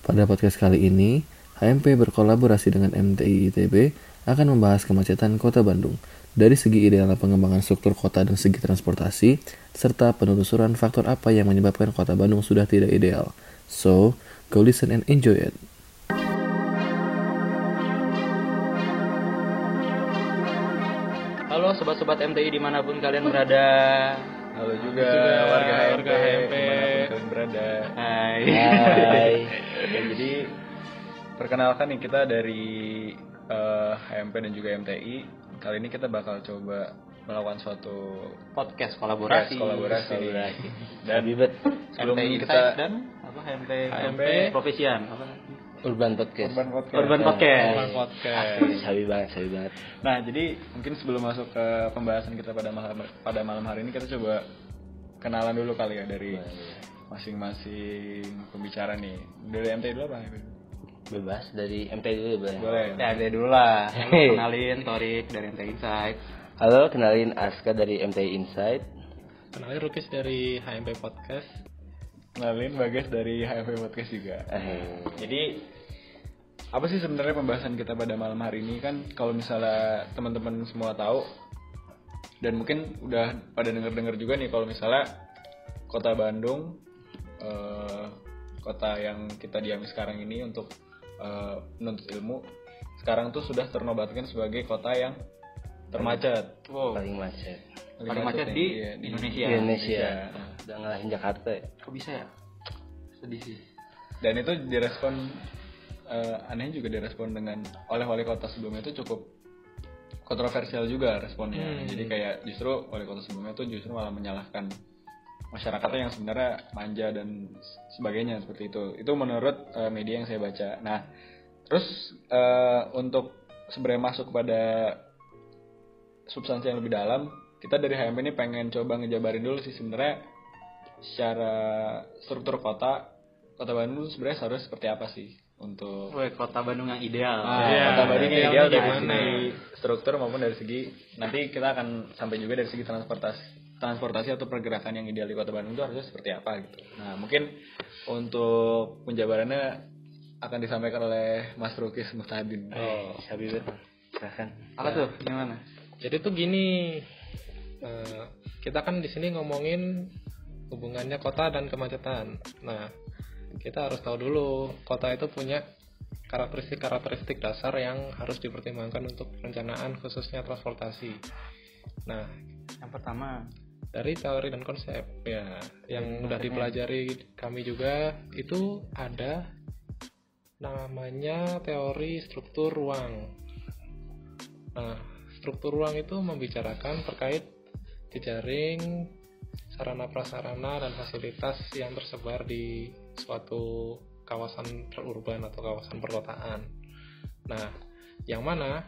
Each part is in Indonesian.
Pada podcast kali ini, HMP berkolaborasi dengan MTI ITB akan membahas kemacetan Kota Bandung dari segi ideal pengembangan struktur kota dan segi transportasi, serta penelusuran faktor apa yang menyebabkan Kota Bandung sudah tidak ideal. So, go listen and enjoy it. Halo sobat-sobat MTI dimanapun kalian berada. Halo juga warga HMP dimanapun kalian berada. Hai. Ya, jadi perkenalkan nih, kita dari HMP dan juga MTI. Kali ini kita bakal coba melakukan suatu Podcast kolaborasi. Dan sebelum MTI kita Insight dan apa HMP Profesian apa? Urban Podcast. Urban Podcast. Sabi banget. Nah, jadi mungkin sebelum masuk ke pembahasan kita pada malam hari ini, kita coba kenalan dulu kali ya dari masing-masing pembicara nih. Dari MTI dulu apa? Bebas dari MTI dulu boleh. Boleh. Ya, dari dulu lah. Halo, kenalin Torik dari MTI Insight. Halo, kenalin Aska dari MTI Insight. Kenalin Rukis dari HMP Podcast. Kenalin Bagas dari HMP Podcast juga. Jadi apa sih sebenarnya pembahasan kita pada malam hari ini? Kan kalau misalnya teman-teman semua tahu dan mungkin udah pada denger juga nih, kalau misalnya Kota Bandung, kota yang kita diami sekarang ini untuk menuntut ilmu, sekarang tuh sudah ternobatkan sebagai kota yang termacet. Wow. Paling macet. Paling macet di Indonesia. Di Indonesia. Udah ngalahin Jakarta ya. Kok bisa ya? Sedih sih. Dan itu direspon anehnya juga direspon dengan oleh wali kota sebelumnya itu cukup kontroversial juga responnya. Jadi kayak justru wali kota sebelumnya itu justru malah menyalahkan masyarakatnya yang sebenarnya manja dan sebagainya seperti itu. Itu menurut media yang saya baca. Nah, terus untuk sebenarnya masuk kepada substansi yang lebih dalam, kita dari HMP ini pengen coba ngejabarin dulu sih sebenarnya secara struktur kota Bandung sebenarnya seharusnya seperti apa sih untuk Kota Bandung yang ideal. Kota Bandung yang ideal dari gimana? segi struktur maupun dari segi nanti kita akan sampai juga dari segi transportasi atau pergerakan yang ideal di Kota Bandung itu harusnya seperti apa gitu. Nah, mungkin untuk penjabarannya akan disampaikan oleh Mas Rukis Muhtadin. Sabi banget. Silahkan. Apa tuh? Gimana? Jadi tuh gini, kita kan di sini ngomongin hubungannya kota dan kemacetan. Nah, kita harus tahu dulu kota itu punya karakteristik dasar yang harus dipertimbangkan untuk perencanaan khususnya transportasi. Nah, Yang pertama dari teori dan konsep ya yang udah dipelajari kami juga itu ada namanya teori struktur ruang. Nah, struktur ruang itu membicarakan terkait jejaring sarana prasarana dan fasilitas yang tersebar di suatu kawasan urban atau kawasan perkotaan. Nah, yang mana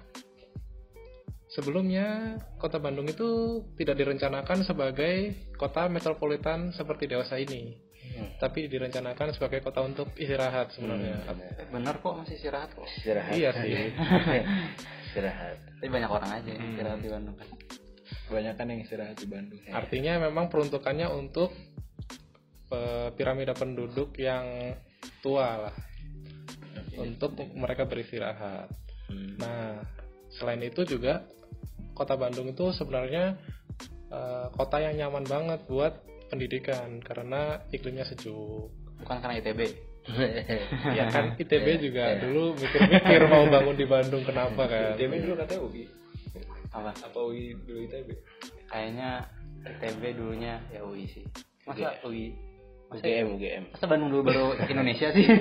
sebelumnya Kota Bandung itu tidak direncanakan sebagai kota metropolitan seperti dewasa ini, tapi direncanakan sebagai kota untuk istirahat sebenarnya. bener kok, masih istirahat kok. Istirahat. Iya sih. Istirahat. Tapi banyak orang aja yang istirahat di Bandung kan. Kebanyakan yang istirahat di Bandung. Artinya memang peruntukannya untuk piramida penduduk yang tua lah, untuk mereka beristirahat. Nah, selain itu juga Kota Bandung itu sebenarnya kota yang nyaman banget buat pendidikan karena iklimnya sejuk. Bukan karena ITB. Ya kan ITB juga dulu mikir-mikir mau bangun di Bandung, kenapa kan? ITB dulu katanya UI. Apa? Apa UI dulu ITB? Kayaknya ITB dulunya ya UI sih. Masa UI? UGM. Masa Bandung dulu baru Indonesia sih?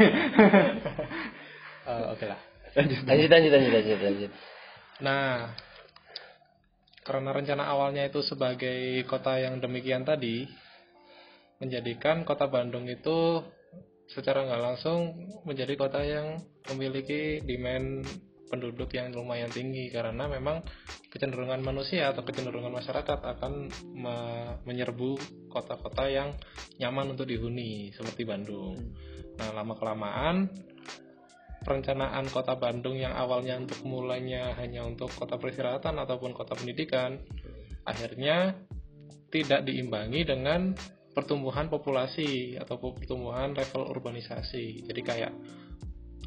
Oke lah. Lanjut. Nah, karena rencana awalnya itu sebagai kota yang demikian tadi, menjadikan Kota Bandung itu secara nggak langsung menjadi kota yang memiliki demand penduduk yang lumayan tinggi, karena memang kecenderungan manusia atau kecenderungan masyarakat akan menyerbu kota-kota yang nyaman untuk dihuni seperti Bandung. Nah, lama-kelamaan perencanaan Kota Bandung yang awalnya untuk mulainya hanya untuk kota peristirahatan ataupun kota pendidikan, akhirnya tidak diimbangi dengan pertumbuhan populasi atau pertumbuhan level urbanisasi. Jadi kayak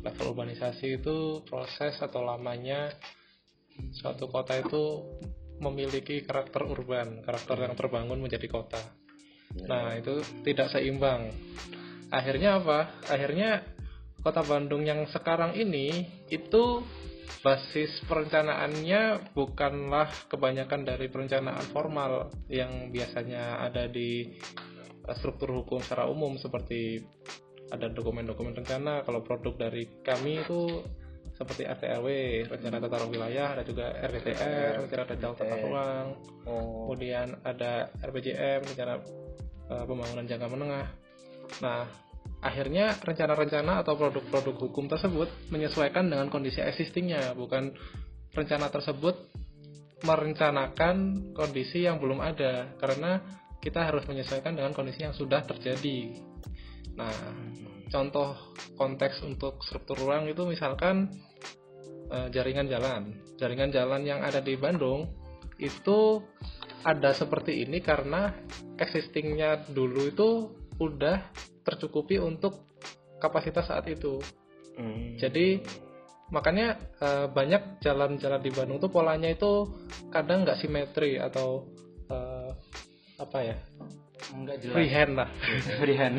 level urbanisasi itu proses atau lamanya suatu kota itu memiliki karakter urban, karakter yang terbangun menjadi kota. Nah, itu tidak seimbang. Akhirnya apa? Akhirnya Kota Bandung yang sekarang ini itu basis perencanaannya bukanlah kebanyakan dari perencanaan formal yang biasanya ada di struktur hukum secara umum, seperti ada dokumen-dokumen rencana. Kalau produk dari kami itu seperti RT/RW, rencana tata ruang wilayah, ada juga RDTR, rencana detail tata ruang, kemudian ada RPJM, rencana pembangunan jangka menengah. Nah, akhirnya rencana-rencana atau produk-produk hukum tersebut menyesuaikan dengan kondisi existingnya, bukan rencana tersebut merencanakan kondisi yang belum ada, karena kita harus menyesuaikan dengan kondisi yang sudah terjadi. Nah, contoh konteks untuk struktur ruang itu misalkan jaringan jalan yang ada di Bandung itu ada seperti ini karena existingnya dulu itu udah tercukupi untuk kapasitas saat itu. Jadi makanya banyak jalan-jalan di Bandung tuh polanya itu kadang nggak simetri atau apa ya, Enggak jelas. freehand lah. Freehand.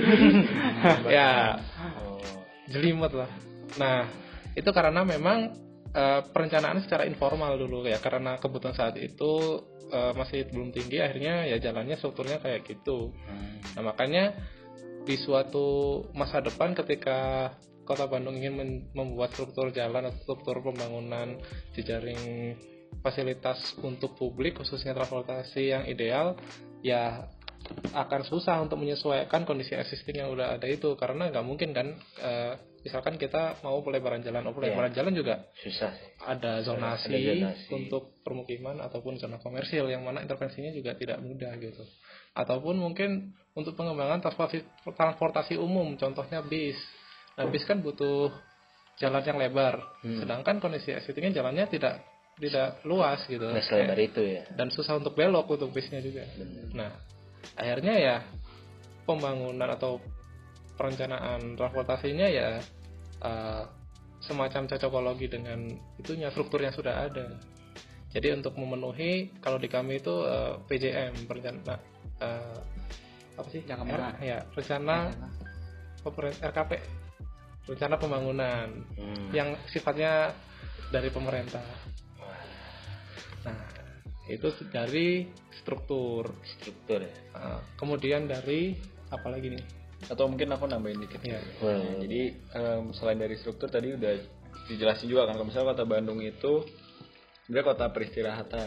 Ya, jelimet lah. Nah, itu karena memang perencanaan secara informal dulu ya, karena kebutuhan saat itu masih belum tinggi, akhirnya ya jalannya strukturnya kayak gitu. Nah, makanya di suatu masa depan ketika Kota Bandung ingin membuat struktur jalan atau struktur pembangunan jejaring fasilitas untuk publik khususnya transportasi yang ideal, ya akan susah untuk menyesuaikan kondisi existing yang udah ada itu, karena nggak mungkin kan misalkan kita mau pelebaran jalan jalan juga susah. ada zonasi untuk permukiman ataupun zona komersil yang mana intervensinya juga tidak mudah gitu. Ataupun mungkin untuk pengembangan transportasi umum, contohnya bis. Nah, bis kan butuh jalan yang lebar, sedangkan kondisi existingnya jalannya tidak luas gitu. Nggak selebar itu ya. Dan susah untuk belok untuk bisnya juga. Nah, akhirnya ya pembangunan atau perencanaan transportasinya ya semacam cocokologi dengan itunya, struktur yang sudah ada. Jadi untuk memenuhi, kalau di kami itu PJM, perencana apa sih? Jangka menengah. Ya, rencana RKP, rencana pembangunan yang sifatnya dari pemerintah. Nah, itu dari struktur ya. Kemudian dari apa lagi nih? Atau mungkin aku nambahin dikit. Ya. Nah, jadi selain dari struktur tadi udah dijelasin juga kan, kalau misalnya Kota Bandung itu sebenarnya kota peristirahatan.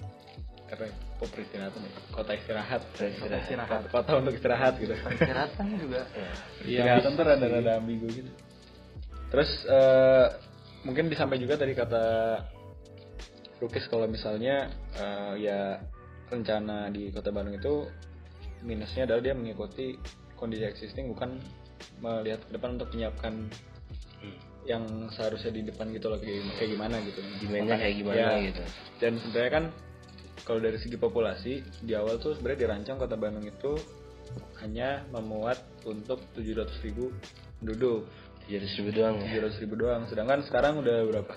Kota istirahat. Kota untuk istirahat gitu. Istirahatan juga. Istirahatan tuh rada-rada ambigu gitu. Terus mungkin disampaikan juga tadi kata Rukis, kalau misalnya ya rencana di Kota Bandung itu minusnya adalah dia mengikuti kondisi existing, bukan melihat ke depan untuk menyiapkan yang seharusnya di depan gitu loh, kayak gimana gitu. Demandnya kayak gimana ya, gitu. Dan sebenarnya kan kalau dari segi populasi di awal tuh sebenarnya dirancang Kota Bandung itu hanya memuat untuk 700.000 penduduk. 700.000 doang ya. 700.000 doang. Sedangkan sekarang udah berapa?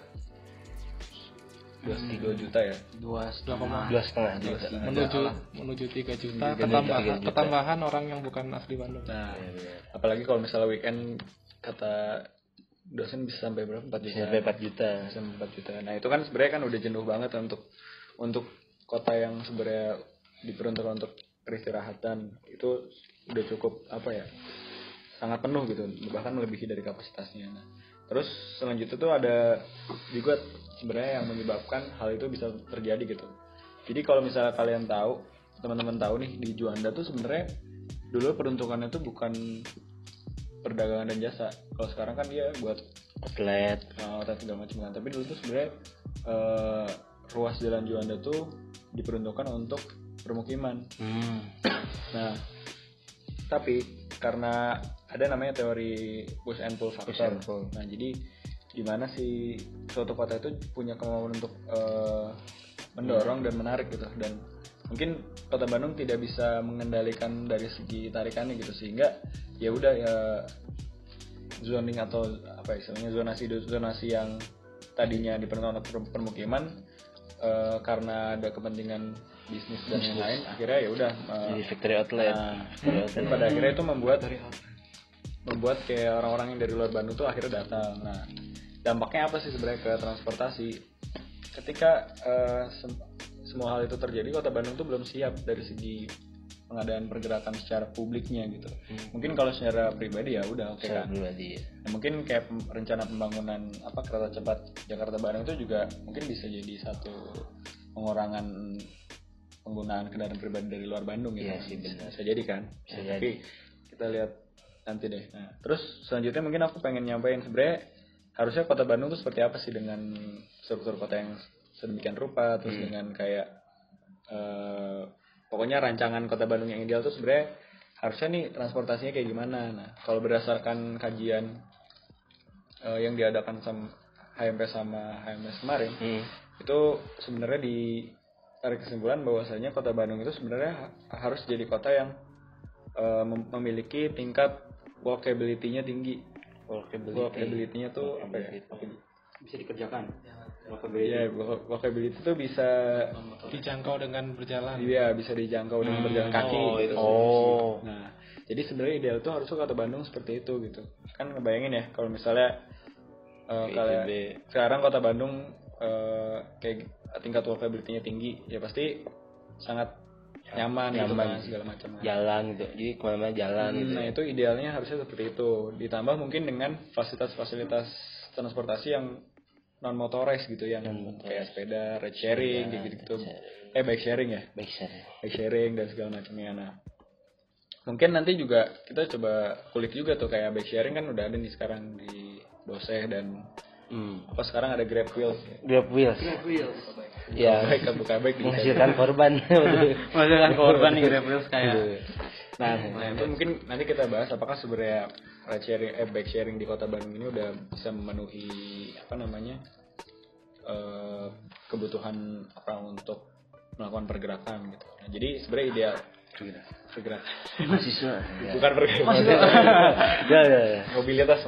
2 juta ya. 2,5 juta. Menuju 3 juta juta. ketambahan orang yang bukan asli Bandung. Nah, apalagi kalau misalnya weekend kata dosen bisa sampai berapa? 4 juta. Sampai 4 juta. Sampai 4 juta. Nah, itu kan sebenarnya kan udah jenuh banget untuk kota yang sebenarnya diperuntukkan untuk peristirahatan, itu udah cukup sangat penuh gitu, bahkan melebihi dari kapasitasnya. Nah, terus selanjutnya tuh ada juga sebenarnya yang menyebabkan hal itu bisa terjadi gitu. Jadi kalau misalnya kalian tahu, teman-teman tahu nih, di Juanda tuh sebenarnya dulu peruntukannya tuh bukan perdagangan dan jasa. Kalau sekarang kan dia buat outlet segala macam kan. Tapi dulu tuh sebenarnya ruas jalan Juanda tuh diperuntukkan untuk permukiman. Nah, tapi karena ada namanya teori push and pull factor. Nah, jadi gimana sih suatu kota itu punya kemampuan untuk mendorong dan menarik gitu, dan mungkin Kota Bandung tidak bisa mengendalikan dari segi tarikannya gitu, sehingga ya udah ya zoning atau apa istilahnya zonasi yang tadinya dipenuhi oleh permukiman karena ada kepentingan bisnis dan yang lain, akhirnya ya udah Jadi factory outlet. dan pada akhirnya itu membuat kayak orang-orang yang dari luar Bandung tuh akhirnya datang. Nah, dampaknya apa sih sebenarnya ke transportasi? Ketika semua hal itu terjadi, Kota Bandung tuh belum siap dari segi pengadaan pergerakan secara publiknya gitu. Mungkin kalau secara pribadi ya udah oke kan. Pribadi. Ya, mungkin kayak rencana pembangunan kereta cepat Jakarta Bandung itu juga mungkin bisa jadi satu pengurangan penggunaan kendaraan pribadi dari luar Bandung gitu. Iya sih, benar. Bisa jadi kan. Bisa Tapi jadi. kita lihat nanti deh. Nah, terus selanjutnya mungkin aku pengen nyampein sebenarnya harusnya Kota Bandung tuh seperti apa sih dengan struktur kota yang sedemikian rupa, terus dengan kayak pokoknya rancangan Kota Bandung yang ideal tuh sebenarnya harusnya nih transportasinya kayak gimana. Nah, kalau berdasarkan kajian yang diadakan sama HMP sama HMS kemarin, itu sebenarnya ditarik kesimpulan bahwasanya Kota Bandung itu sebenarnya harus jadi kota yang memiliki tingkat walkability-nya tinggi. Walkability-nya tuh apa ya? Bisa dikerjakan. Iya, walkability itu bisa Dijangkau dengan berjalan. Iya, bisa dijangkau dengan berjalan kaki. Gitu. Nah, jadi sebenarnya ideal tuh harusnya Kota Bandung seperti itu gitu. Kan ngebayangin ya kalau misalnya sekarang Kota Bandung kayak tingkat walkability-nya tinggi, ya pasti sangat nyaman gitu kan, segala macam. Jalan gitu. Jadi kemana-mana jalan gitu. Nah, itu idealnya harusnya seperti itu. Ditambah mungkin dengan fasilitas-fasilitas transportasi yang non motorized gitu, yang kayak sepeda, ride sharing gitu. Bike sharing ya. Bike sharing dan segala macamnya. Nah, mungkin nanti juga kita coba kulik juga tuh kayak bike sharing kan udah ada nih sekarang di Boseh dan sekarang ada Grab Wheels. Ya, buka baik menghasilkan korban. Menghasilkan korban nih Grab Wheels kayak. Nah, itu mungkin nanti kita bahas apakah sebenarnya ride sharing, bike sharing di Kota Bandung ini udah bisa memenuhi kebutuhan orang untuk melakukan pergerakan gitu. Nah, jadi sebenarnya ideal pergerakan. Mahasiswa. Bukan pergerakan. Ya. Mobilitas.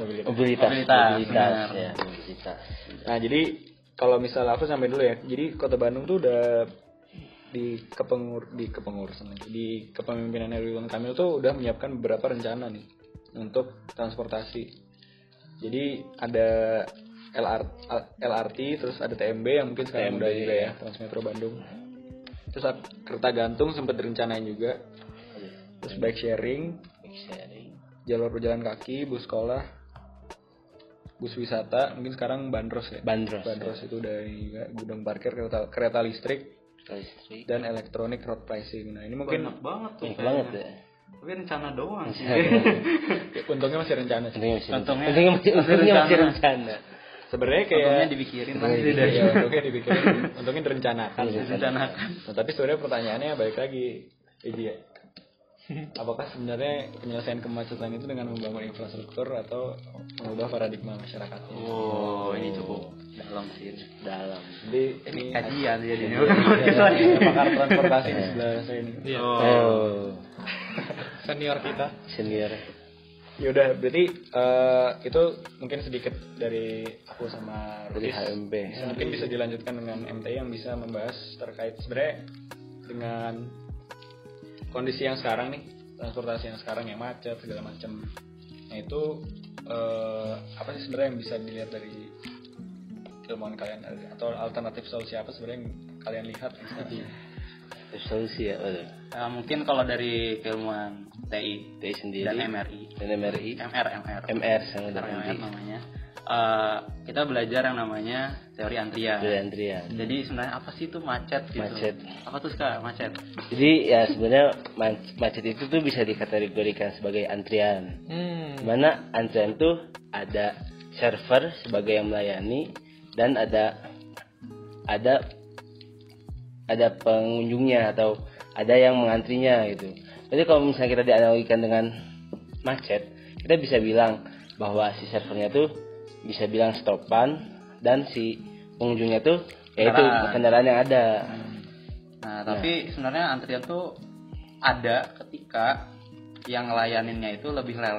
Nah, jadi kalau misalnya aku sampai dulu ya. Jadi Kota Bandung tuh udah di kepengurusan lagi. Di kepemimpinan Ridwan Kamil tuh udah menyiapkan beberapa rencana nih untuk transportasi. Jadi ada LRT, terus ada TMB yang mungkin sekarang udah juga ya, Transmetro Bandung. Terus kereta gantung sempat direncanain juga. Terus bike sharing, jalur pejalan kaki, bus sekolah, bus wisata, mungkin sekarang bandros ya. Bandros itu udah juga, gudang parkir, kereta listrik, dan electronic road pricing. Nah, ini mungkin banyak banget tuh. Banyak banget ya. Tapi rencana doang sih. Untungnya masih rencana sih. Untungnya masih rencana. Sebenarnya kayak untungnya dipikirin masih dari. Ya, untungnya dipikirin, untungnya direncanakan. Nah, tapi sebenarnya pertanyaannya balik lagi, ya. Apakah sebenarnya penyelesaian kemacetan itu dengan membangun infrastruktur atau mengubah paradigma masyarakatnya? Oh, ini cukup dalam sih. Dalam. Jadi Ini kajian jadi pakar transportasi di sebelah saya ini. Senior. Yaudah, berarti itu mungkin sedikit dari aku sama Dari Rudis. HMP. Mungkin bisa dilanjutkan dengan MTI yang bisa membahas terkait sebenarnya dengan kondisi yang sekarang nih, transportasi yang sekarang yang macet segala macam. Nah, itu apa sih sebenarnya yang bisa dilihat dari ilmuwan kalian, atau alternatif solusi apa sebenarnya yang kalian lihat Solusi ya, mungkin kalau dari keilmuan TI sendiri dan MRI MR sama MR namanya, kita belajar yang namanya teori antrian. Jadi sebenarnya apa sih itu macet gitu? Apa tuh macet? Jadi ya sebenarnya macet itu tuh bisa dikategorikan sebagai antrian. Mana antrian tuh ada server sebagai yang melayani dan ada pengunjungnya atau ada yang mengantrinya gitu. Jadi kalau misalnya kita dianalogikan dengan macet, kita bisa bilang bahwa si servernya tuh bisa bilang stopan dan si pengunjungnya tuh yaitu kendaraan yang ada. Nah, tapi sebenarnya antrian tuh ada ketika yang ngelayaninnya itu lebih lelet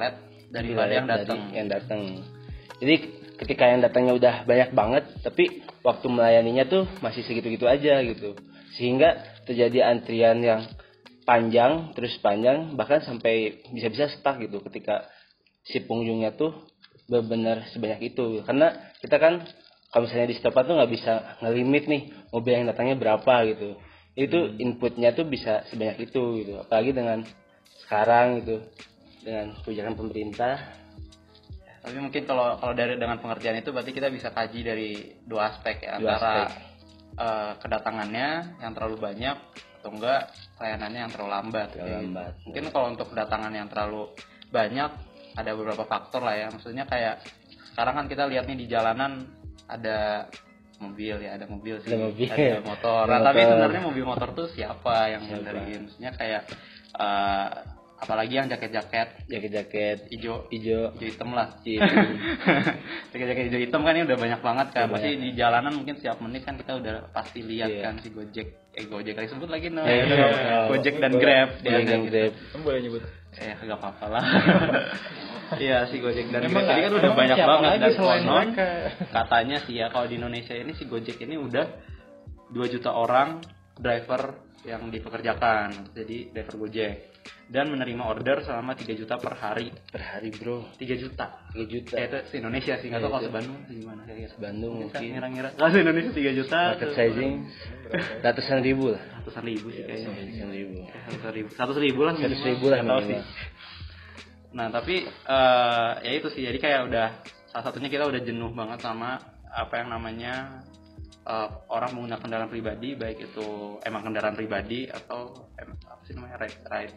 daripada yang datang. Jadi ketika yang datangnya udah banyak banget, tapi waktu melayaninya tuh masih segitu-gitu aja gitu, sehingga terjadi antrian yang panjang, bahkan sampai bisa-bisa stuck gitu ketika si pengunjungnya tuh benar sebanyak itu. Karena kita kan kalau misalnya di stopan tuh nggak bisa ngelimit nih mobil yang datangnya berapa gitu. Itu inputnya tuh bisa sebanyak itu gitu. Apalagi dengan sekarang gitu, dengan kebijakan pemerintah. Tapi mungkin kalau dengan pengertian itu berarti kita bisa kaji dari dua aspek ya, antara kedatangannya yang terlalu banyak atau enggak pelayanannya yang terlalu lambat. Mungkin kalau untuk kedatangan yang terlalu banyak ada beberapa faktor lah ya. Maksudnya kayak sekarang kan kita lihat nih di jalanan ada mobil ya, ada motor. Nah, tapi sebenarnya mobil motor tuh siapa yang ngendaliin? Maksudnya kayak apalagi yang jaket hijau hitam lah. Jaket hijau hitam kan ini udah banyak banget kan. Pasti di jalanan mungkin setiap menit kan kita udah pasti lihat kan si Gojek kali sebut lagi Gojek dan Grab. Kamu boleh nyebut? Enggak apa-apa lah. Iya, si Gojek dan Grab ini kan udah banyak banget, dan konon katanya sih ya kalau di Indonesia ini si Gojek ini udah 2 juta orang driver yang dipekerjakan, jadi driver Gojek, dan menerima order selama 3 juta per hari bro. 3 juta itu se Indonesia sih, nggak tahu kalau se-Bandung gimana kira-kira. Bandung mungkin ngira-ngira kalau se Indonesia 3 juta market sizing ratusan ribu sih kayaknya. 100 ribu lah minimal. Nah tapi ya itu sih, jadi kayak udah salah satunya kita udah jenuh banget sama apa yang namanya orang menggunakan kendaraan pribadi, baik itu emang kendaraan pribadi atau apa sih namanya ride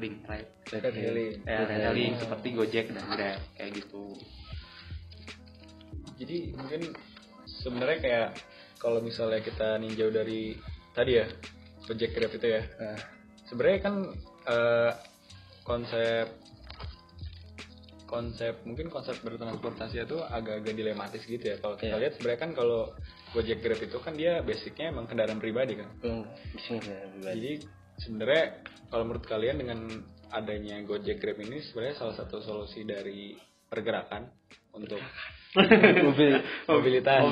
hailing seperti Gojek dan Grab kayak gitu. Jadi mungkin sebenarnya kayak kalau misalnya kita ninjau dari tadi ya Gojek Grab itu ya, sebenarnya kan konsep bertransportasi itu agak-agak dilematis gitu ya. Kalau kita lihat sebenarnya kan kalau Gojek Grab itu kan dia basicnya emang kendaraan pribadi kan. Jadi sebenarnya kalau menurut kalian dengan adanya Gojek Grab ini sebenarnya salah satu solusi dari pergerakan untuk mobilitas.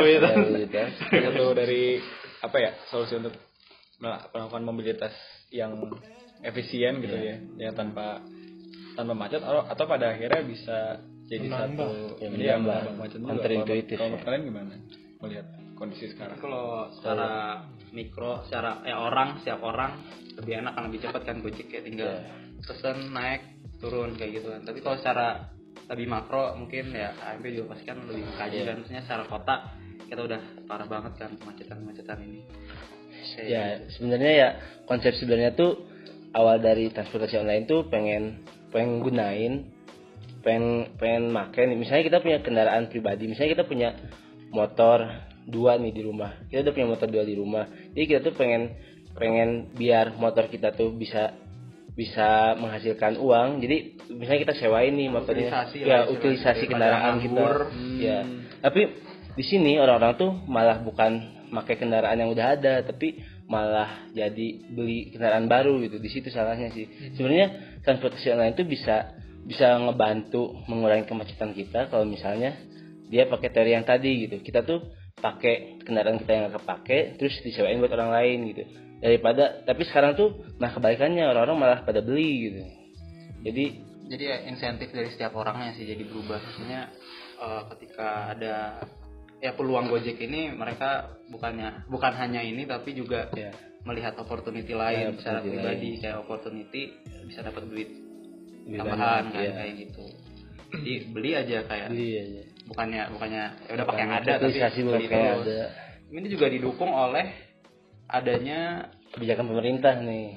Satu dari apa ya, solusi untuk melakukan mobilitas yang efisien gitu ya, yang tanpa macet atau pada akhirnya bisa jadi satu menambah macet juga. Terintuitif. Kalau menurut kalian gimana melihat kondisi sekarang? Kalau secara mikro, setiap orang lebih enak kan, lebih cepat kan Gojek, kayak tinggal pesen naik turun kayak gitu kan. Tapi kalau secara lebih makro mungkin ya AMP juga pasti kan lebih mengkaji dan maksudnya secara kota kita udah parah banget kan kemacetan ini. Sebenarnya ya konsep sebenarnya tuh awal dari transportasi online tuh pengen gunain, pengen make nih. Misalnya kita punya kendaraan pribadi, misalnya kita punya motor 2 nih di rumah, kita udah punya motor 2 di rumah, jadi kita tuh pengen biar motor kita tuh bisa menghasilkan uang. Jadi misalnya kita sewain nih motornya, utilisasi kendaraan kita ya. Tapi di sini orang-orang tuh malah bukan pakai kendaraan yang udah ada, tapi malah jadi beli kendaraan baru gitu. Di situ salahnya sih. Sebenarnya transportasi online itu bisa ngebantu mengurangi kemacetan kita kalau misalnya dia pakai teori yang tadi gitu. Kita tuh pakai kendaraan kita yang nggak kepake terus disewain buat orang lain gitu. Tapi sekarang tuh kebalikannya, orang-orang malah pada beli gitu. Jadi ya insentif dari setiap orangnya sih jadi berubah. Maksudnya ketika ada ya peluang Gojek ini, mereka bukan hanya ini tapi juga melihat opportunity lain secara pribadi, kayak opportunity bisa dapat duit tambahan kan, kayak gitu. Jadi beli aja. Bukannya ya udah pakai yang ada, tapi beli terus. Ini juga didukung oleh adanya kebijakan pemerintah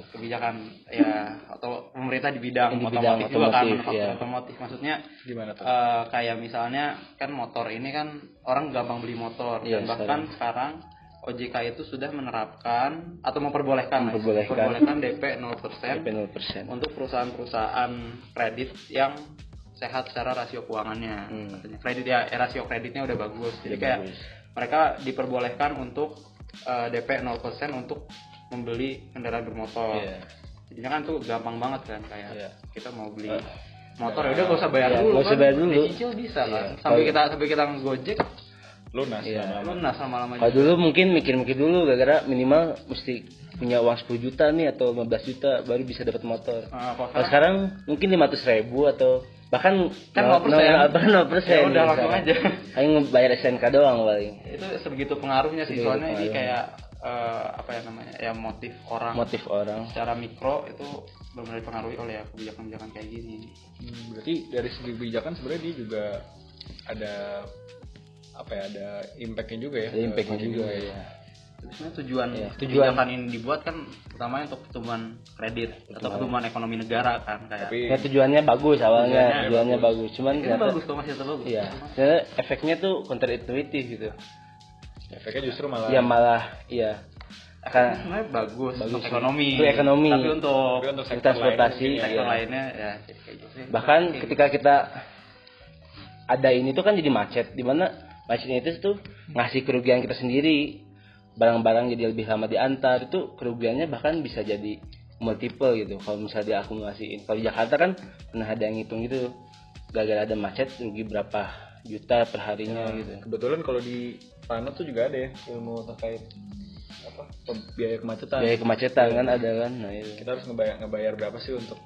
atau pemerintah di bidang otomotif juga kan, otomotif. Maksudnya gimana tuh? Kayak misalnya kan motor ini kan orang gampang beli motor, dan bahkan sekarang OJK itu sudah menerapkan atau memperbolehkan DP 0% untuk perusahaan-perusahaan kredit yang sehat secara rasio keuangannya. Kredit rasio kreditnya udah bagus. Jadi kayak mereka diperbolehkan untuk DP 0% untuk membeli kendaraan bermotor. Jadinya kan tuh gampang banget kan, kayak kita mau beli motor ya udah gak usah bayar Iya, dulu nggak usah bayar dulu. dicicil bisa kan Iya. sampai kita ngegojek lunas. Iya. lama-lama. lunas lama-lama Kalau juga. dulu mungkin mikir-mikir dulu gara-gara minimal mesti punya uang 10 juta nih atau 15 juta baru bisa dapat motor. Kalau Kalau sekarang mungkin 500.000 atau bahkan Kan 0%. bahkan 0%. Ya udah langsung aja. Hanya ngebayar SNK doang paling. itu sebegitu pengaruhnya sih Sebegitu soalnya ini pengaruhnya. kayak apa ya namanya ya motif orang secara mikro itu benar-benar dipengaruhi oleh kebijakan-kebijakan kayak gini. Berarti dari segi kebijakan sebenarnya dia juga ada apa ya, ada impactnya juga ya. Ada impactnya Ke juga ya. ya. Jadi sebenarnya tujuan Iya, kebijakan ini dibuat kan utamanya untuk pertumbuhan kredit atau pertumbuhan ekonomi negara kan kayak Tapi Ya tujuannya bagus awalnya, Tujuannya tujuannya bagus. Cuman ini ternyata bagus kok masih tetap bagus. iya, ternyata efeknya tuh counterintuitif gitu. efeknya justru malah Ya malah iya. Kan sebenarnya bagus untuk sih. ekonomi. Untuk ekonomi. Tapi untuk tapi untuk sektor transportasi, lain mungkin sektor iya. lainnya ya kayak gitu sih. Bahkan Kayak ketika kita ada ini tuh kan jadi macet, dimana macetnya itu tuh ngasih kerugian kita sendiri, barang-barang jadi lebih lama diantar, itu kerugiannya bahkan bisa jadi multiple gitu kalau misalnya diakumulasiin. Kalau di Jakarta kan pernah ada yang ngitung gitu, gara-gara ada macet rugi berapa juta per harinya gitu. kebetulan kalau di Plano tuh juga ada ya ilmu terkait apa biaya kemacetan. Biaya kemacetan kan ada kan, nah itu. Kita harus ngebayar berapa sih untuk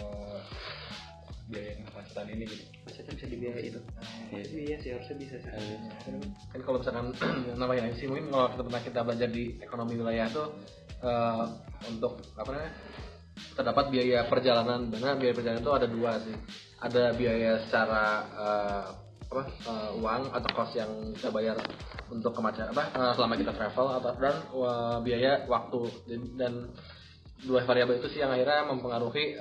biaya kemacetan ini gitu. macetnya bisa dibiayai itu. Iya sih harusnya bisa sih. Kan kalau misalkan namanya sih mungkin kalau kita belajar di ekonomi wilayah tuh untuk apa namanya terdapat biaya perjalanan. Karena biaya perjalanan itu ada dua sih, ada biaya secara uang atau cost yang kita bayar untuk kemacetan selama kita travel atau dan biaya waktu dan dua variabel itu sih yang akhirnya mempengaruhi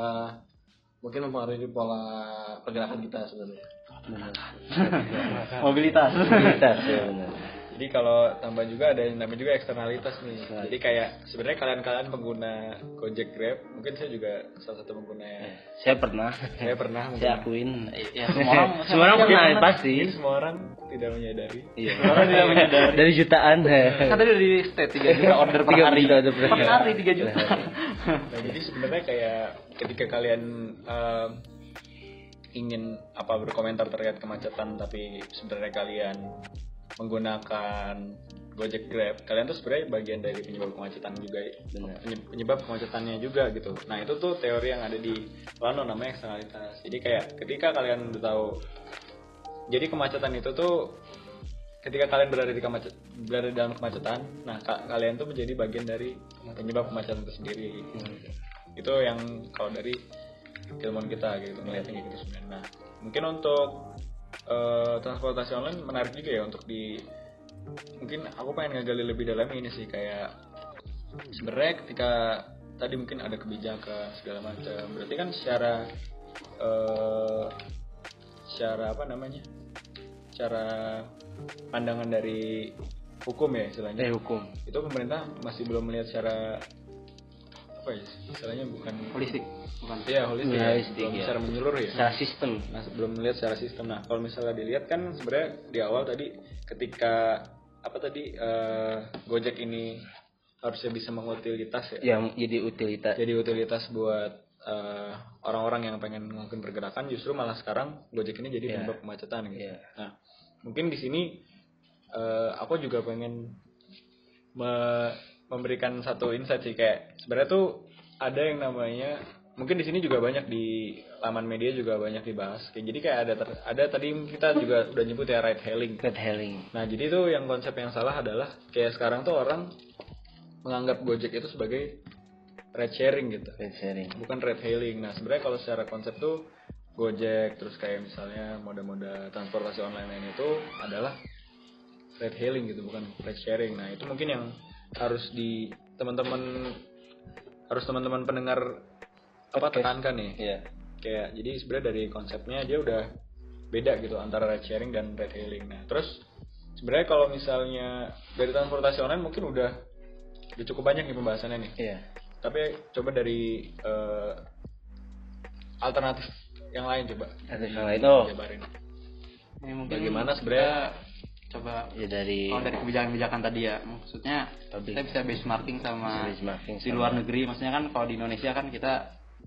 pola pergerakan kita sebenarnya. Mobilitas. Mobilitas, ya benar. Jadi kalau tambah juga ada yang namanya juga eksternalitas nih. Jadi kayak sebenarnya kalian pengguna Gojek, Grab, mungkin saya juga salah satu pengguna ya. Saya pernah Saya pernah saya mungkin. akuin Ya semua semua orang pernah pasti. Mungkin semua orang tidak menyadari. Iya. Orang tidak menyadari. Dari jutaan. Kan tadi udah di state 3 juta order per 3 hari. juta order per Per hari 3 juta. Nah, jadi sebenarnya kayak ketika kalian ingin berkomentar terkait kemacetan tapi sebenarnya kalian menggunakan Gojek, Grab, kalian tuh sebenarnya bagian dari penyebab kemacetan juga, penyebab kemacetannya juga gitu. Nah itu tuh teori yang ada di Plano namanya eksternalitas. Jadi kayak ketika kalian udah tahu, jadi kemacetan itu tuh ketika kalian berada di dalam kemacetan, nah kalian tuh menjadi bagian dari penyebab kemacetan itu sendiri. Itu yang kalau dari ilmuwan kita gitu ngeliatnya gitu sebenarnya. Nah mungkin untuk transportasi online menarik juga ya untuk mungkin aku pengen ngegali lebih dalam ini sih, kayak sebenarnya ketika tadi mungkin ada kebijakan segala macam, berarti kan secara pandangan dari hukum ya istilahnya, Hukum. itu pemerintah masih belum melihat secara apa ya istilahnya, bukan Holistik, bukan. Iya holistik, Iya, ya. holistik, Belum ya. secara menyeluruh ya. Secara sistem. Nah, sebelum melihat secara sistem. Nah, kalau misalnya dilihat kan sebenarnya di awal tadi ketika Gojek ini harusnya bisa mengutilitas ya. Yang jadi utilitas. Jadi utilitas buat orang-orang yang pengen melakukan pergerakan, justru malah sekarang Gojek ini jadi penyebab kemacetan gitu. Iya. Nah, mungkin di sini aku juga pengen memberikan satu insight sih, kayak sebenarnya tuh ada yang namanya, mungkin di sini juga banyak di laman media juga banyak dibahas. Kayak jadi kayak ada tadi kita juga udah nyebut ya ride hailing. Ride hailing. Nah, jadi tuh yang konsep yang salah adalah kayak sekarang tuh orang menganggap Gojek itu sebagai ride sharing gitu. Ride sharing. Bukan ride hailing. Nah, sebenarnya kalau secara konsep tuh Gojek terus kayak misalnya moda-moda transportasi online lain itu adalah ride hailing gitu, bukan ride sharing. Nah, itu mungkin yang harus teman-teman pendengar tekankan nih. Iya. Kayak jadi sebenarnya dari konsepnya dia udah beda gitu antara ride sharing dan ride hailing. Nah, terus sebenarnya kalau misalnya dari transportasi online mungkin udah cukup banyak nih pembahasannya nih. Iya. Tapi coba dari alternatif yang lain coba. Alternatif yang lain, oh. Jabarin. Ini mungkin Bagaimana sebenarnya coba Ya dari kalau dari kebijakan-kebijakan tadi ya, maksudnya Public. kita bisa benchmarking sama benchmarking di luar negeri. Maksudnya kan kalau di Indonesia kan kita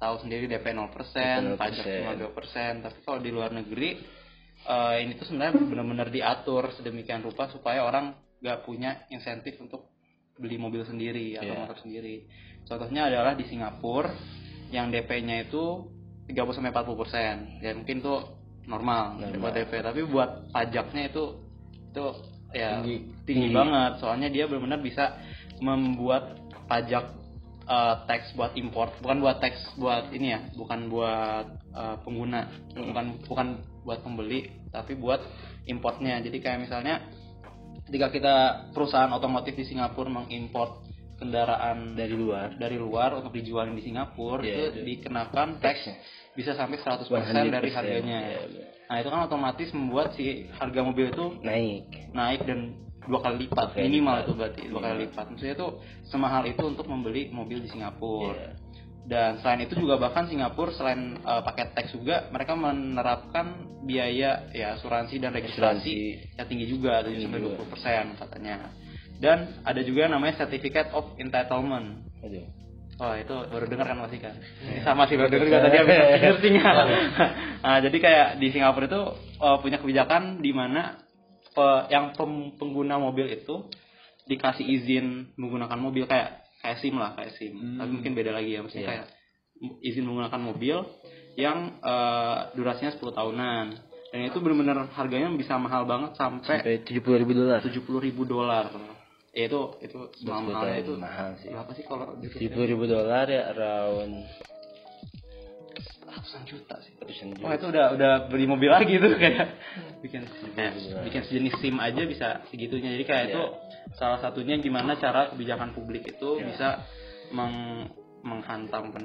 tahu sendiri DP 0%, pajak cuma 2%. Tapi kalau di luar negeri ini tuh sebenarnya benar-benar diatur sedemikian rupa supaya orang nggak punya insentif untuk beli mobil sendiri atau motor sendiri. Contohnya adalah di Singapura yang DP-nya itu 30-40%. Ya mungkin tuh normal buat DP, tapi buat pajaknya itu ya tinggi banget. Soalnya dia benar-benar bisa membuat pajak tax buat import, bukan buat tax buat ini ya, bukan buat pengguna, bukan buat pembeli, tapi buat importnya. Jadi kayak misalnya ketika kita perusahaan otomotif di Singapura mengimport kendaraan dari luar untuk dijualin di Singapura, itu dikenakan tax bisa sampai 100% dari harganya. Nah itu kan otomatis membuat si harga mobil itu naik dan 2 kali lipat minimal itu berarti 2 kali lipat. Maksudnya itu semahal itu untuk membeli mobil di Singapura. Dan selain itu juga bahkan Singapura selain pakai tax juga mereka menerapkan biaya ya asuransi dan registrasi yang tinggi juga 7-20% katanya. Dan ada juga namanya Certificate of Entitlement. Oh itu baru dengar kan masih kan? Sama sih baru dengar juga tadi habis ngertinya. Nah jadi kayak di Singapura itu punya kebijakan di mana yang pengguna mobil itu dikasih izin menggunakan mobil kayak SIM lah, kayak SIM. Tapi mungkin beda lagi ya, maksudnya kayak izin menggunakan mobil yang durasinya 10 tahunan. Dan itu benar-benar harganya bisa mahal banget sampai $70,000. Ya itu mahalnya itu mahal sih. Berapa sih kalau $70,000 ya around ratusan juta sih. Wah itu udah beli mobil lagi tuh kayak bikin sejenis SIM aja bisa segitunya. Jadi kayak itu salah satunya gimana cara kebijakan publik itu bisa menekan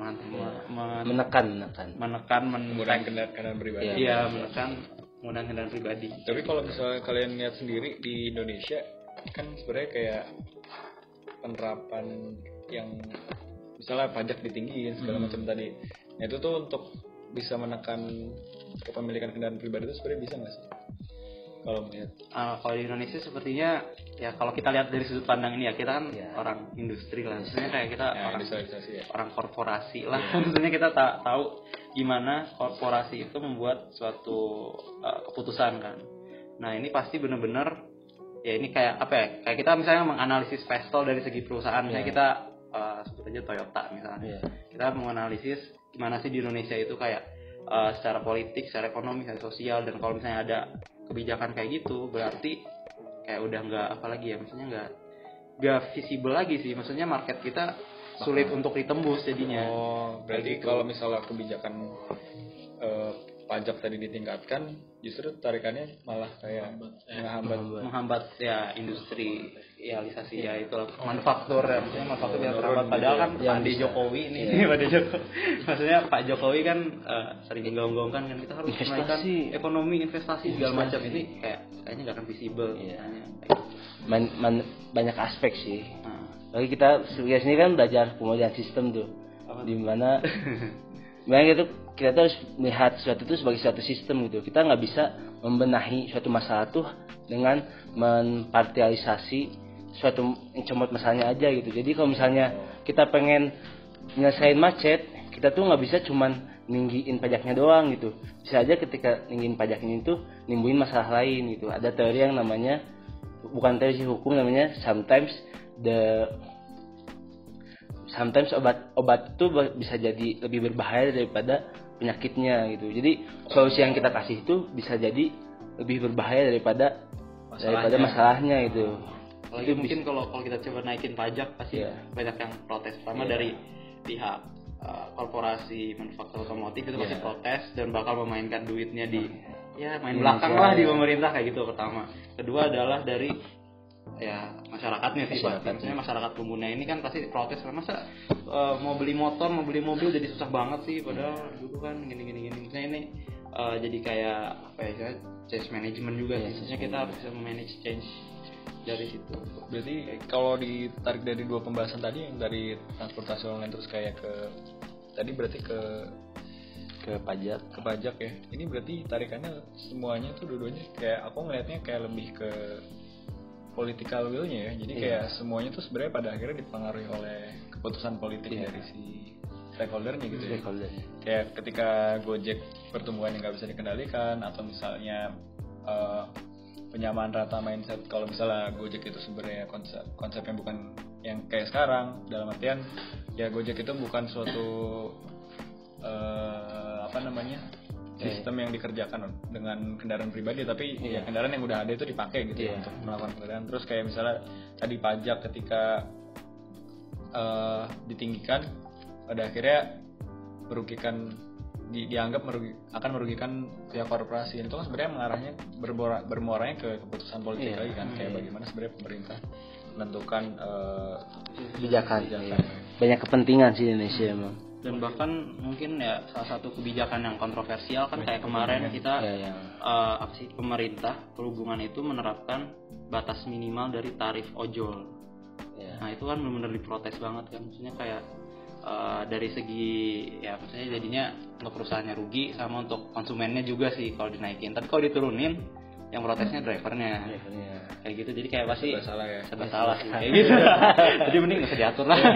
kendaraan pribadi. Iya, menekan menggunakan kendaraan pribadi. Tapi kalau misalnya kalian lihat sendiri di Indonesia kan sebenarnya kayak penerapan yang misalnya pajak ditinggiin segala macam tadi. Nah itu tuh untuk bisa menekan kepemilikan kendaraan pribadi itu sebenarnya bisa nggak sih? Kalau melihat kalau di Indonesia sepertinya ya kalau kita lihat dari sudut pandang ini ya kita kan orang industri lah, maksudnya kayak kita orang korporasi lah, maksudnya kita tahu gimana korporasi itu membuat suatu keputusan kan. Nah ini pasti benar-benar ya ini kayak apa ya? Kayak kita misalnya menganalisis Vestel dari segi perusahaan, misalnya kita sebut aja Toyota misalnya, kita menganalisis gimana sih di Indonesia itu kayak secara politik, secara ekonomi, secara sosial, dan kalau misalnya ada kebijakan kayak gitu berarti kayak udah nggak apa lagi ya, maksudnya nggak visible lagi sih, maksudnya market kita sulit untuk ditembus jadinya. Berarti gitu. Kalau misalnya kebijakan pajak tadi ditingkatkan, justru tarikannya malah kayak menghambat ya industrialisasi ya itu manufaktur ya, maksudnya manufaktur yang terhambat. Padahal kan Pak Jokowi ini maksudnya Pak Jokowi kan sering menggaung-gaungkan kan kita harus menaikkan ekonomi, investasi segala macam, ini kayaknya nggak akan visible. Banyak aspek sih. Lagi kita sendiri kan belajar pemodalian sistem tuh, di mana kita tuh harus melihat sesuatu itu sebagai suatu sistem gitu. Kita nggak bisa membenahi suatu masalah tuh dengan mempartialisasi suatu comot masalahnya aja gitu. Jadi kalau misalnya kita pengen nyelesain macet, kita tuh nggak bisa cuman ninggiin pajaknya doang gitu. Bisa aja ketika ninggiin pajak ini tuh nimbuhin masalah lain gitu. Ada teori yang namanya, bukan teori hukum, namanya sometimes obat itu bisa jadi lebih berbahaya daripada penyakitnya gitu. Jadi solusi yang kita kasih itu bisa jadi lebih berbahaya daripada masalahnya gitu. Apalagi mungkin kalau kita coba naikin pajak pasti banyak yang protes, pertama dari pihak korporasi manufaktur otomotif itu pasti protes dan bakal memainkan duitnya di main belakang lah di pemerintah kayak gitu pertama. Kedua adalah dari masyarakatnya sih, maksudnya masyarakat pengguna ini kan pasti protes, masa mau beli motor, mau beli mobil jadi susah banget sih, padahal dulu kan gini. Misalnya ini jadi kayak apa ya, change management juga sih, maksudnya kita harus bisa manage change dari situ. Berarti kalau ditarik dari dua pembahasan tadi, yang dari transportasi online terus kayak ke tadi berarti ke pajak ya, ini berarti tarikannya semuanya tuh dua-duanya kayak aku ngelihatnya kayak lebih ke political will-nya ya. Jadi kayak semuanya tuh sebenarnya pada akhirnya dipengaruhi oleh keputusan politik dari si stakeholdernya gitu ya. Stakeholdernya. Kayak ketika Gojek pertumbuhannya nggak bisa dikendalikan, atau misalnya penyamaan rata mindset, kalau misalnya Gojek itu sebenarnya konsepnya bukan yang kayak sekarang, dalam artian ya Gojek itu bukan suatu sistem yang dikerjakan dengan kendaraan pribadi, tapi ya kendaraan yang udah ada itu dipakai gitu untuk melakukan kendaraan. Terus kayak misalnya tadi pajak ketika ditinggikan, pada akhirnya merugikan, dianggap akan merugikan pihak korporasi. Itu kan sebenarnya mengarahnya bermuaranya ke keputusan politik lagi kan, kayak bagaimana sebenarnya pemerintah menentukan kebijakan. Banyak kepentingan sih Indonesia emang. Dan bahkan mungkin ya salah satu kebijakan yang kontroversial kan kayak kemarin kita pemerintah perhubungan itu menerapkan batas minimal dari tarif ojol. Nah itu kan benar-benar diprotes banget kan, maksudnya kayak dari segi ya maksudnya jadinya untuk perusahaannya rugi sama untuk konsumennya juga sih kalau dinaikin. Tapi kalau diturunin yang protesnya drivernya kayak gitu, jadi kayak pasti serba salah sih kayak gitu. Jadi mending nggak usah diatur lah.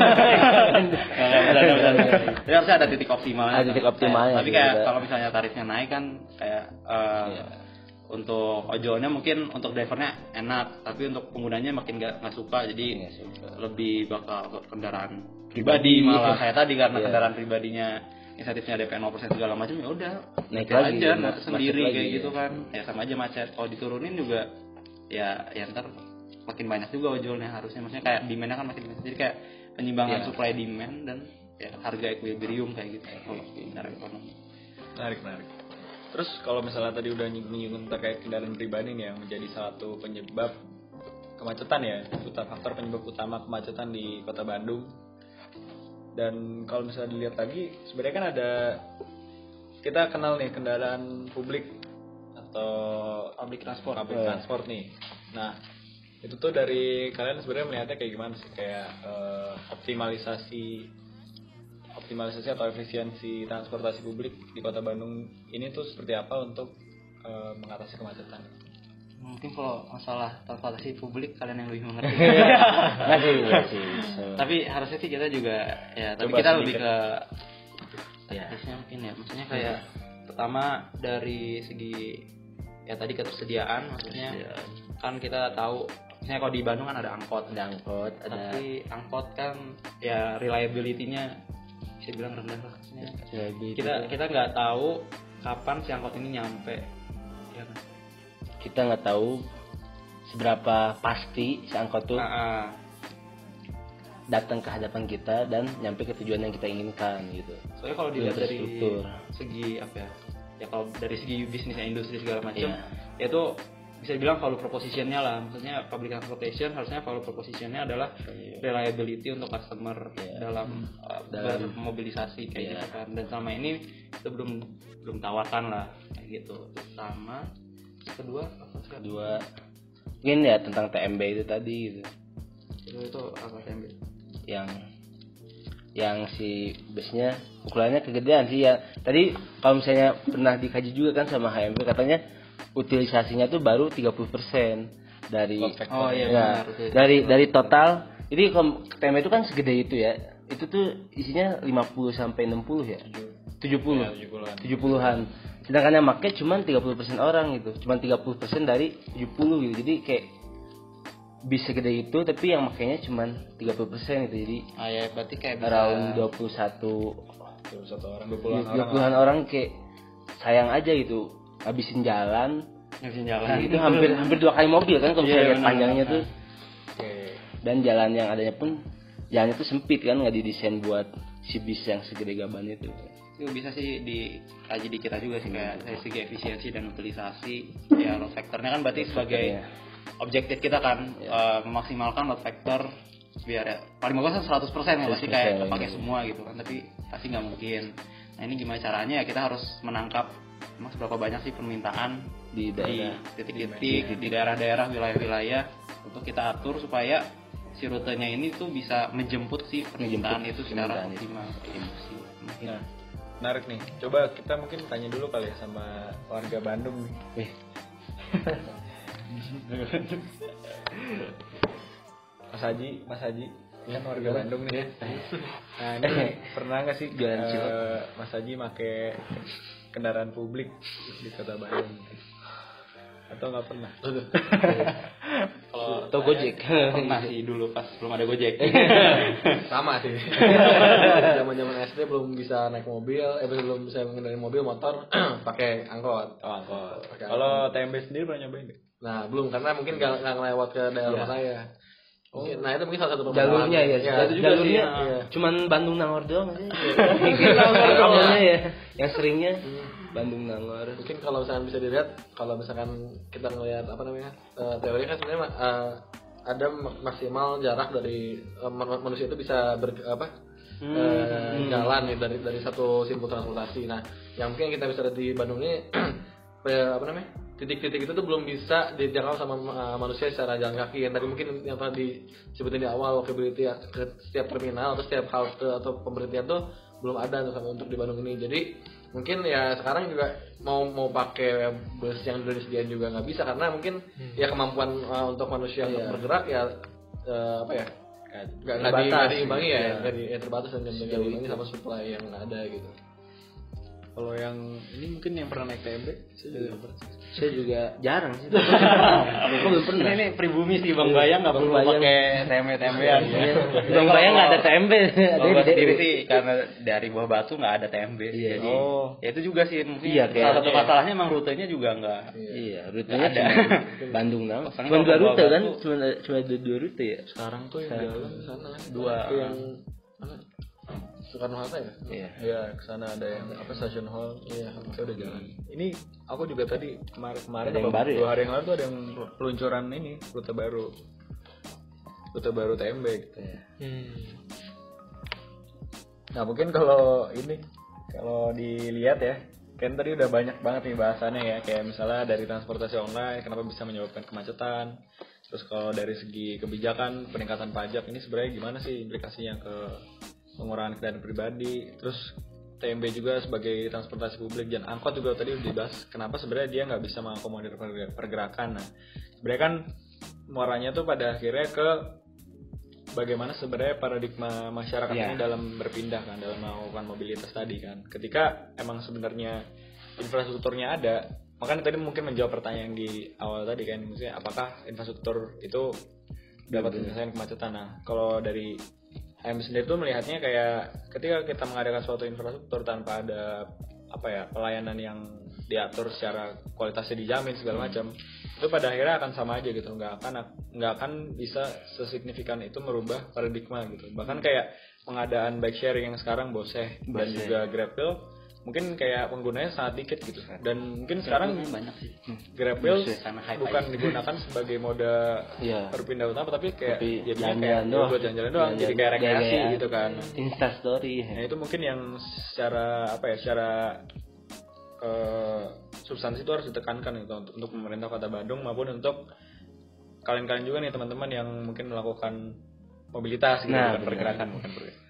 Jadi harusnya ada titik optimalnya. Tapi kayak kalau misalnya tarifnya naik kan kayak untuk ojolnya mungkin untuk drivernya enak, tapi untuk penggunanya makin nggak suka, jadi lebih bakal kendaraan pribadi malah kayak tadi karena kendaraan pribadinya insentifnya DP 0% segala macam, ya udah naik lagi aja sendiri kayak gitu kan, ya sama aja macet. Kalau diturunin juga ya ntar makin banyak juga ojolnya harusnya, maksudnya kayak demandnya kan makin banyak, jadi kayak penyimbangan supply demand dan ya harga equilibrium kayak gitu kalau secara ekonomi. Menarik. Terus kalau misalnya tadi udah menyinggung terkait kendaraan pribadi nih yang menjadi satu penyebab kemacetan ya, faktor penyebab utama kemacetan di Kota Bandung. Dan kalau misalnya dilihat lagi, sebenarnya kan ada, kita kenal nih kendaraan publik atau public transport nih. Nah itu tuh dari kalian sebenarnya melihatnya kayak gimana sih, kayak optimalisasi atau efisiensi transportasi publik di Kota Bandung ini tuh seperti apa untuk mengatasi kemacetan? Mungkin kalau masalah transportasi publik kalian yang lebih mengerti. Tapi harusnya sih kita juga ya, tapi kita lebih ke teknisnya mungkin ya. Maksudnya kayak pertama dari segi ya tadi ketersediaan, maksudnya kan kita tahu misalnya kalau di Bandung kan ada angkot, tapi angkot kan ya reliability-nya bisa bilang rendah lah. Maksudnya kita nggak tahu kapan si angkot ini nyampe, ya kan? Kita nggak tahu seberapa pasti si angkot tuh datang ke hadapan kita dan nyampe ke tujuan yang kita inginkan gitu. Soalnya kalau dilihat dari segi apa ya kalau dari segi bisnis industri segala macam, ya itu bisa dibilang value proposition-nya lah. Maksudnya public transportation harusnya value proposition-nya adalah reliability untuk customer dalam bermobilisasi kayak gitu kan. Dan selama ini itu belum tawarkan lah kayak gitu. Sama kedua mungkin ya tentang TMB itu tadi gitu. Itu apa TMB? Yang si busnya ukurannya kegedean sih ya. Tadi kalau misalnya pernah dikaji juga kan sama HMP, katanya utilisasinya tuh baru 30% dari dari total. Jadi TMB itu kan segede itu ya. Itu tuh isinya 50 sampai 60 ya. 70-an. Sedangkan yang make cuman 30% orang gitu. Cuman 30% dari 70 gitu. Jadi kayak bisa gede itu tapi yang makainya cuman 30% gitu. Jadi ya berarti kayak bisa around 20-an orang kayak sayang aja gitu. Habisin jalan itu hampir 2 kali mobil kan kalau misalnya lihat panjangnya tuh. Dan jalan yang adanya pun jalannya tuh sempit kan, nggak didesain buat si bis yang segede gaban itu. Itu bisa sih dikaji di kita juga sih, kayak dari segi efisiensi dan utilisasi ya load factor-nya kan berarti sebagai objektif kita kan memaksimalkan load factor biar ya paling bagus 100% ya, pasti kayak kepake semua gitu kan, tapi pasti nggak mungkin. Nah ini gimana caranya ya, kita harus menangkap emang seberapa banyak sih permintaan di titik-titik di daerah-daerah, wilayah-wilayah, untuk kita atur supaya si rutenya ini tuh bisa menjemput si permintaan itu secara optimal. Nah, menarik nih. Coba kita mungkin tanya dulu kali ya sama warga Bandung nih. Mas Haji, kan warga Bandung nih. Nah ini pernah nggak sih Mas Haji make kendaraan publik di kota Bandung? Atau nggak pernah? Kalau Atau Gojek? pernah sih dulu pas belum ada Gojek. Sama sih. Zaman-zaman SD belum bisa naik mobil, belum bisa mengendarai mobil motor, pakai angkot. Oh angkot. Pakai Kalau TMB sendiri pernah nyobain nggak? Nah, belum karena mungkin nggak lewat ke daerah saya. Mungkin, nah itu mungkin salah satu Jalurnya ya, itu juga jalurnya sih, iya. cuman Bandung Nangor doang sih. Jalurnya ya, yang seringnya Bandung Nangor. Mungkin kalau misalkan bisa dilihat, kalau misalkan kita ngelihat teori kan sebenarnya ada maksimal jarak dari manusia itu bisa jalan nih dari satu simpul transportasi. Nah, yang mungkin kita bisa lihat di Bandung ini titik-titik itu tuh belum bisa dijangkau sama manusia secara jalan kaki. Yang tadi mungkin yang telah disebutin di awal, walkability ke setiap terminal atau setiap halte atau pemberhentian tuh belum ada untuk di Bandung ini. Jadi mungkin ya sekarang juga mau pakai bus yang sudah disediain juga nggak bisa karena mungkin ya kemampuan untuk manusia untuk bergerak ya nggak diimbangi ya, terbatas dan nggak diimbangi sama supply yang ada gitu. Kalau yang ini mungkin yang pernah naik TMB, Saya juga jarang sih. Aku belum pernah. Ini pribumi sih Bang Bayang nggak perlu pakai TMB-TMB-an. Bang Bayang nggak ada TMB. Kalau sendiri sih karena dari Buah Batu nggak ada TMB. Iya. Jadi ya itu juga sih mungkin Iya, salah satu masalahnya emang rutenya juga nggak. Iya, rutenya Ada. cuma Bandung nang. Pasangan Cuma 2 kalau rute bawa kan? batu. Cuma 2 rute ya. sekarang tuh yang jalan ke sana Dua. Yang mana? Soekarno Hatta ya? Iya. ya ke sana ada yang Station Hall. Iya, saya udah jalan. Ini aku juga tadi kemarin Ada yang baru ya? 2 hari yang lalu tuh ada yang peluncuran ini rute baru TMB gitu. Nah mungkin kalau dilihat ya, kan tadi udah banyak banget nih bahasannya ya, kayak misalnya dari transportasi online kenapa bisa menyebabkan kemacetan, terus kalau dari segi kebijakan peningkatan pajak ini sebenarnya gimana sih implikasinya ke pengurangan kendaraan pribadi, terus TMB juga sebagai transportasi publik dan angkot juga tadi udah dibahas kenapa sebenarnya dia nggak bisa mengakomodir pergerakan. Nah sebenarnya kan muaranya tuh pada akhirnya ke bagaimana sebenarnya paradigma masyarakat ini dalam berpindah kan, dalam melakukan mobilitas tadi kan. Ketika emang sebenarnya infrastrukturnya ada, makanya tadi mungkin menjawab pertanyaan di awal tadi kan, maksudnya apakah infrastruktur itu dapat menyelesaikan kemacetan. Nah kalau dari AMB sendiri tuh melihatnya kayak ketika kita mengadakan suatu infrastruktur tanpa ada pelayanan yang diatur secara kualitasnya dijamin segala macam, itu pada akhirnya akan sama aja gitu, nggak akan bisa sesignifikan itu merubah paradigma gitu. Bahkan kayak pengadaan bike sharing yang sekarang Bose dan juga Grabwheel mungkin kayak penggunanya sangat dikit gitu, dan mungkin sekarang banyak sih. Grabwheel Karena hype bukan digunakan sebagai moda berpindah utama, tapi kayak jadinya kayak buat jalan-jalan doang, jadi kayak rekreasi gitu kan. Instastory. Nah itu mungkin yang secara substansi itu harus ditekankan gitu untuk pemerintah Kota Bandung maupun untuk kalian-kalian juga nih teman-teman yang mungkin melakukan mobilitas gitu, bukan pergerakan.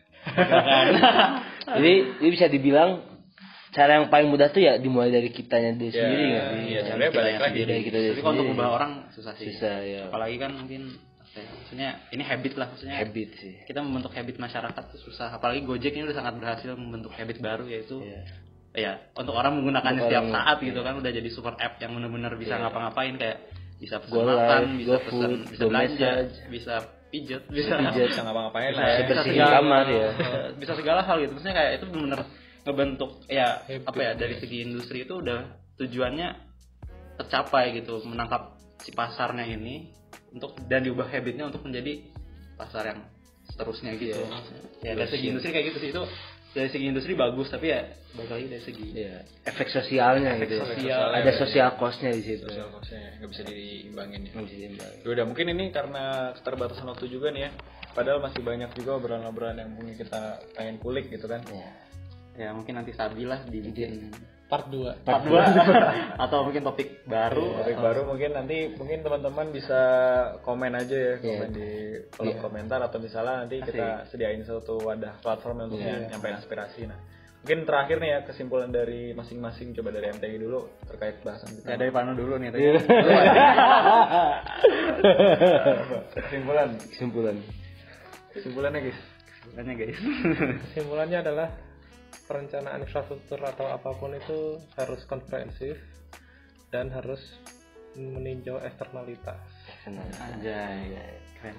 Jadi bisa dibilang cara yang paling mudah tuh ya dimulai dari kitanya sendiri nggak sih? Iya, sebenarnya balik lagi dari kita Tapi kalau untuk ubah orang susah sih. Susah ya. Apalagi kan mungkin maksudnya ini habit lah, maksudnya Habit sih. kita membentuk habit masyarakat tuh susah. Apalagi Gojek ini udah sangat berhasil membentuk habit baru, yaitu ya untuk orang menggunakannya setiap saat gitu kan, udah jadi super app yang benar-benar bisa ngapa-ngapain, kayak bisa pesan makan, bisa pesan, bisa belanja, bisa pijet, bisa ngapa-ngapain lah ya. Bersihin kamar ya. Bisa segala hal gitu. Maksudnya kayak itu benar-benar ngebentuk dari segi industri itu udah tujuannya tercapai gitu, menangkap si pasarnya ini dan diubah habitnya untuk menjadi pasar yang seterusnya gitu. Ya dari segi industri kayak gitu sih, itu dari segi industri bagus, tapi ya balik lagi dari segi efek sosialnya gitu. Ada social cost-nya di situ. Social cost-nya nggak bisa diimbangin ya. Nggak bisa diimbangin. Udah mungkin ini karena keterbatasan waktu juga nih ya. Padahal masih banyak juga obrolan-obrolan yang mungkin kita pengen kulik gitu kan. Ya mungkin nanti Sabilah dibikin Part 2 atau mungkin topik baru. Topik baru mungkin nanti teman-teman bisa komen aja ya, komen di kolom komentar, atau misalnya nanti kita sediain suatu wadah platform untuk nyampein aspirasi. Nah mungkin terakhir nih ya, kesimpulan dari masing-masing, coba dari MTI dulu terkait bahasan kita. Ya dari Pano dulu nih tadi. Kesimpulan. Kesimpulannya guys. Kesimpulannya adalah perencanaan infrastruktur atau apapun itu harus komprehensif dan harus meninjau eksternalitas. Anjay, keren.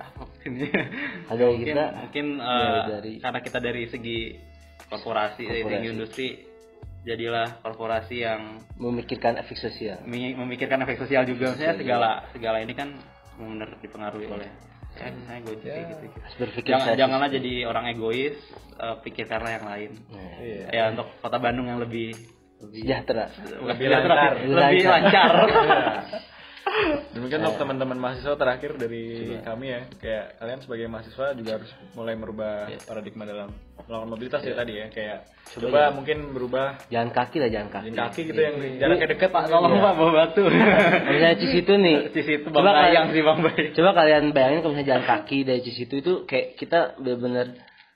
Ada mungkin karena kita dari segi korporasi, dari segi industri, jadilah korporasi yang memikirkan efek sosial. Memikirkan efek sosial juga. Maksudnya segala ini kan benar dipengaruhi oleh misalnya Gojek kayak gitu. Janganlah jadi orang egois, pikirkanlah yang lain. Ya untuk Kota Bandung yang lebih sejahtera, lebih lancar. Demikian untuk teman-teman mahasiswa terakhir dari kami ya, kayak kalian sebagai mahasiswa juga harus mulai merubah paradigma dalam melakukan mobilitas ya tadi ya, kayak coba mungkin berubah jalan kaki gitu yang jaraknya dekat. Pak, tolong Pak bawa batu. Misalnya Cisitu nih, Cisitu Bang Bayang sih Bang Bay. Coba kalian bayangin kalau misalnya jalan kaki dari Cisitu itu kayak kita benar-benar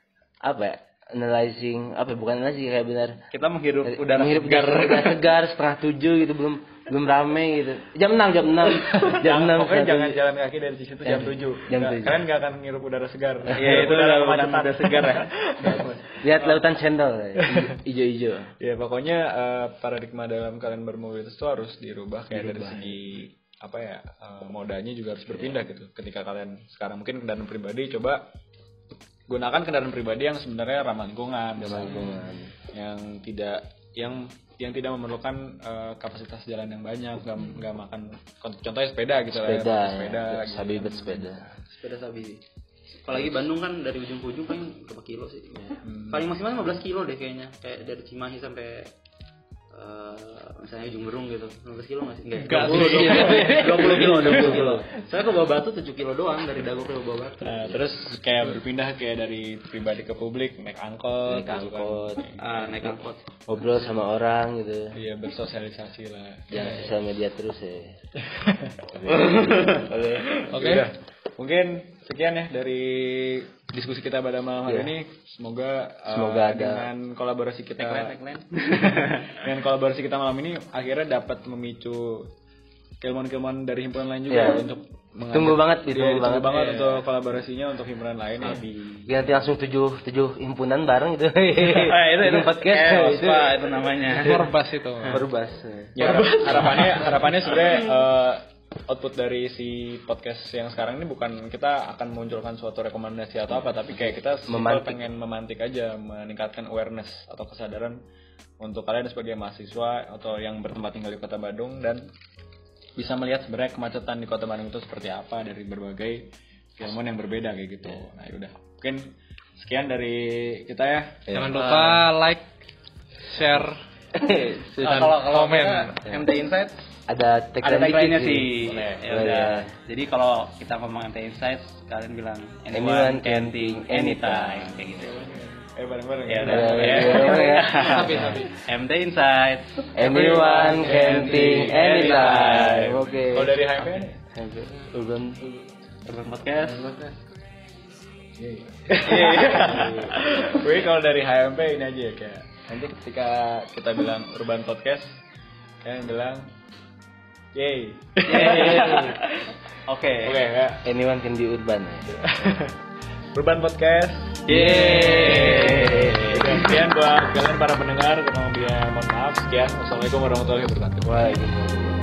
analyzing kayak benar kita menghirup udara segar setengah 7 gitu, belum rame gitu. Jam 6 pokoknya jangan jalan kaki dari situ jam 7. Kalian nggak akan ngirup udara segar. Iya, itu udara segar ya. Lihat lautan cendol hijau-hijau. Ya pokoknya paradigma dalam kalian bermobilitas itu harus dirubah kayak dari segi modanya juga harus berpindah gitu. Ketika kalian sekarang mungkin kendaraan pribadi, coba gunakan kendaraan pribadi yang sebenarnya ramah lingkungan, yang tidak memerlukan kapasitas jalan yang banyak, nggak makan, contohnya sepeda gitu sepeda sabi. Apalagi Bandung kan dari ujung ke ujung kan berapa kilo sih? Paling maksimal 15 kilo deh kayaknya, kayak dari Cimahi sampai misalnya Ujung Berung gitu. 15 kilo nggak sih? Enggak, 20 kilo. Saya ke Bawabatu 7 kilo doang dari Dago ke Bawabatu. Terus kayak berpindah kayak dari pribadi ke publik, naik angkot. Naik angkot. Ngobrol sama orang gitu. Iya, bersosialisasi lah. Jangan sosial media terus ya. Oke. Mungkin sekian ya dari diskusi kita pada malam hari ini. Semoga ada dengan kolaborasi kita dengan kolaborasi kita malam ini akhirnya dapat memicu keilmuan-keilmuan dari himpunan lain juga untuk Tunggu banget untuk kolaborasinya untuk himpunan lain lebih. Nanti langsung 7 himpunan bareng gitu. Itu podcast itu namanya. Forbas itu. Forbas. Ya, harapannya sebenarnya output dari si podcast yang sekarang ini bukan kita akan munculkan suatu rekomendasi atau apa, tapi kayak kita pengen memantik aja, meningkatkan awareness atau kesadaran untuk kalian sebagai mahasiswa atau yang bertempat tinggal di Kota Bandung dan bisa melihat sebenarnya kemacetan di Kota Bandung itu seperti apa dari berbagai keilmuan yang berbeda kayak gitu. Nah, yaudah. Mungkin sekian dari kita ya. Jangan lupa like, share, dan komen. MT Insight ada tagline-nya sih. Ya udah. Jadi kalau kita ngomong MT Insight, kalian bilang anyone can think anytime kayak gitu. Bareng-bareng. Ya udah. Tapi. MT Insight. Anyone can think anytime. Oke. Kalau dari HMP? Urban Podcast. Gue kalau dari HMP ini aja ya, kayak nanti ketika kita bilang Urban Podcast, kalian bilang yay. Oke ya. Anyone can be urban. Urban Podcast. Yeay. Sekian buat kalian para pendengar, mohon maaf. Sekian. Wassalamualaikum warahmatullahi wabarakatuh. Waalaikumsalam.